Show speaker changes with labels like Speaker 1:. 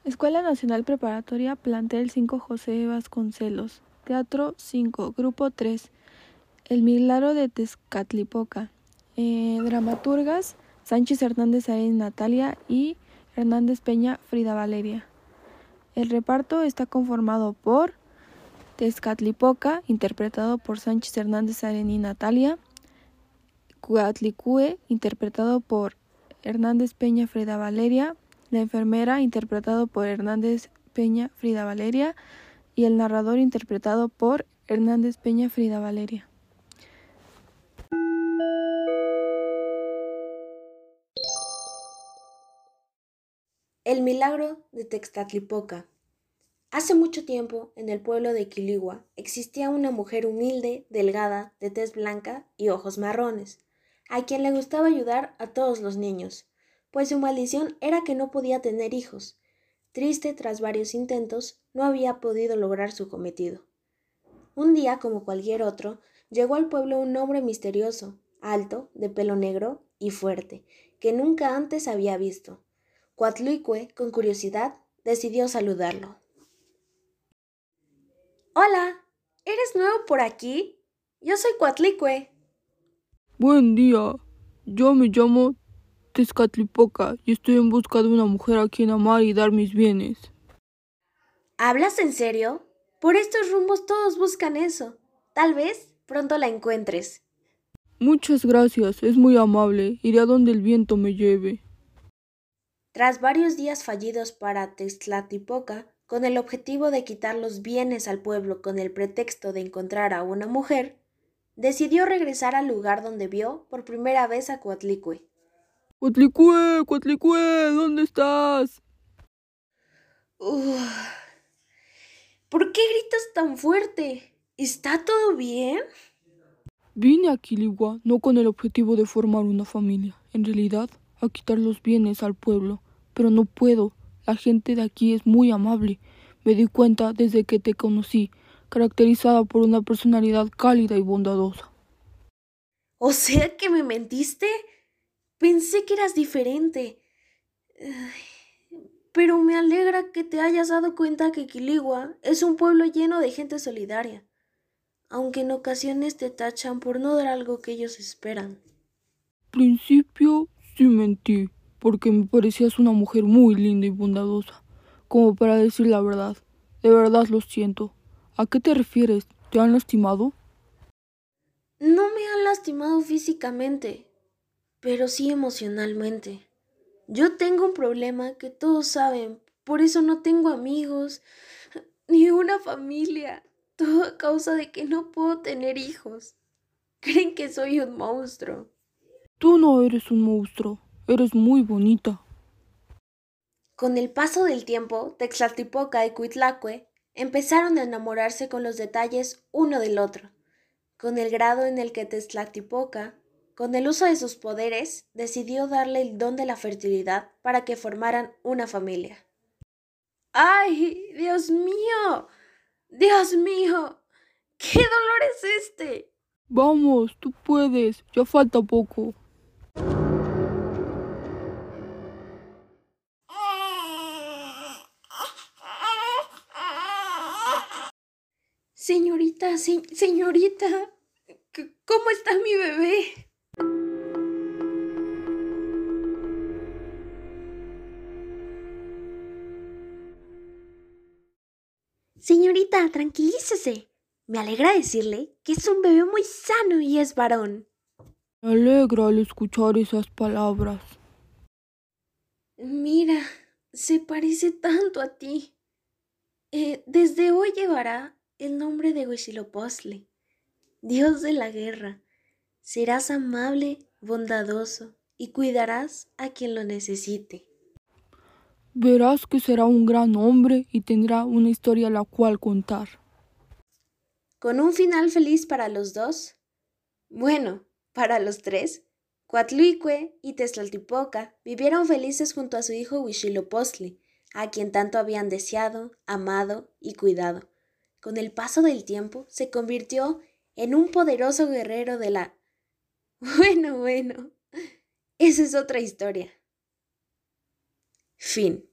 Speaker 1: Escuela Nacional Preparatoria, plantel 5 José Vasconcelos. Teatro 5, grupo 3, El Milagro de Tezcatlipoca. Dramaturgas, Sánchez Hernández Aén Natalia y Hernández Peña Frida Valeria. El reparto está conformado por Tezcatlipoca, interpretado por Sánchez Hernández Aén y Natalia. Coatlicue, interpretado por Hernández Peña Frida Valeria. La enfermera, interpretado por Hernández Peña Frida Valeria, y el narrador, interpretado por Hernández Peña Frida Valeria.
Speaker 2: El milagro de Tezcatlipoca. Hace mucho tiempo, en el pueblo de Quiligua, existía una mujer humilde, delgada, de tez blanca y ojos marrones, a quien le gustaba ayudar a todos los niños, pues su maldición era que no podía tener hijos. Triste, tras varios intentos, no había podido lograr su cometido. Un día, como cualquier otro, llegó al pueblo un hombre misterioso, alto, de pelo negro y fuerte, que nunca antes había visto. Coatlicue, con curiosidad, decidió saludarlo. «Hola, ¿eres nuevo por aquí? Yo soy Coatlicue».
Speaker 3: Buen día, yo me llamo Tezcatlipoca y estoy en busca de una mujer a quien amar y dar mis bienes.
Speaker 2: ¿Hablas en serio? Por estos rumbos todos buscan eso. Tal vez pronto la encuentres.
Speaker 3: Muchas gracias, es muy amable, iré a donde el viento me lleve.
Speaker 2: Tras varios días fallidos para Tezcatlipoca, con el objetivo de quitar los bienes al pueblo con el pretexto de encontrar a una mujer, decidió regresar al lugar donde vio por primera vez a Coatlicue.
Speaker 3: Coatlicue, Coatlicue, ¿dónde estás?
Speaker 2: ¿Por qué gritas tan fuerte? ¿Está todo bien?
Speaker 3: Vine a Quiligua no con el objetivo de formar una familia, en realidad a quitar los bienes al pueblo, pero no puedo, la gente de aquí es muy amable, me di cuenta desde que te conocí, caracterizada por una personalidad cálida y bondadosa.
Speaker 2: ¿O sea que me mentiste? Pensé que eras diferente. Pero me alegra que te hayas dado cuenta que Quiligua es un pueblo lleno de gente solidaria, aunque en ocasiones te tachan por no dar algo que ellos esperan.
Speaker 3: Al principio sí mentí, porque me parecías una mujer muy linda y bondadosa, como para decir la verdad. De verdad lo siento. ¿A qué te refieres? ¿Te han lastimado?
Speaker 2: No me han lastimado físicamente, pero sí emocionalmente. Yo tengo un problema que todos saben, por eso no tengo amigos, ni una familia, todo a causa de que no puedo tener hijos. Creen que soy un monstruo.
Speaker 3: Tú no eres un monstruo, eres muy bonita.
Speaker 2: Con el paso del tiempo, Tezcatlipoca y Coatlicue empezaron a enamorarse con los detalles uno del otro, con el grado en el que Tezcatlipoca, con el uso de sus poderes, decidió darle el don de la fertilidad para que formaran una familia. ¡Ay, Dios mío! ¡Dios mío! ¿Qué dolor es este?
Speaker 3: Vamos, tú puedes, ya falta poco.
Speaker 2: Señorita, señorita, ¿cómo está mi bebé? Señorita, tranquilícese. Me alegra decirle que es un bebé muy sano y es varón.
Speaker 3: Me alegra al escuchar esas palabras.
Speaker 2: Mira, se parece tanto a ti. Desde hoy llevará el nombre de Huitzilopochtli, Dios de la guerra. Serás amable, bondadoso y cuidarás a quien lo necesite.
Speaker 3: Verás que será un gran hombre y tendrá una historia la cual contar.
Speaker 2: Con un final feliz para los dos, bueno, para los tres, Coatlicue y Tezcatlipoca vivieron felices junto a su hijo Huitzilopochtli, a quien tanto habían deseado, amado y cuidado. Con el paso del tiempo se convirtió en un poderoso guerrero de la... Bueno, esa es otra historia. Fin.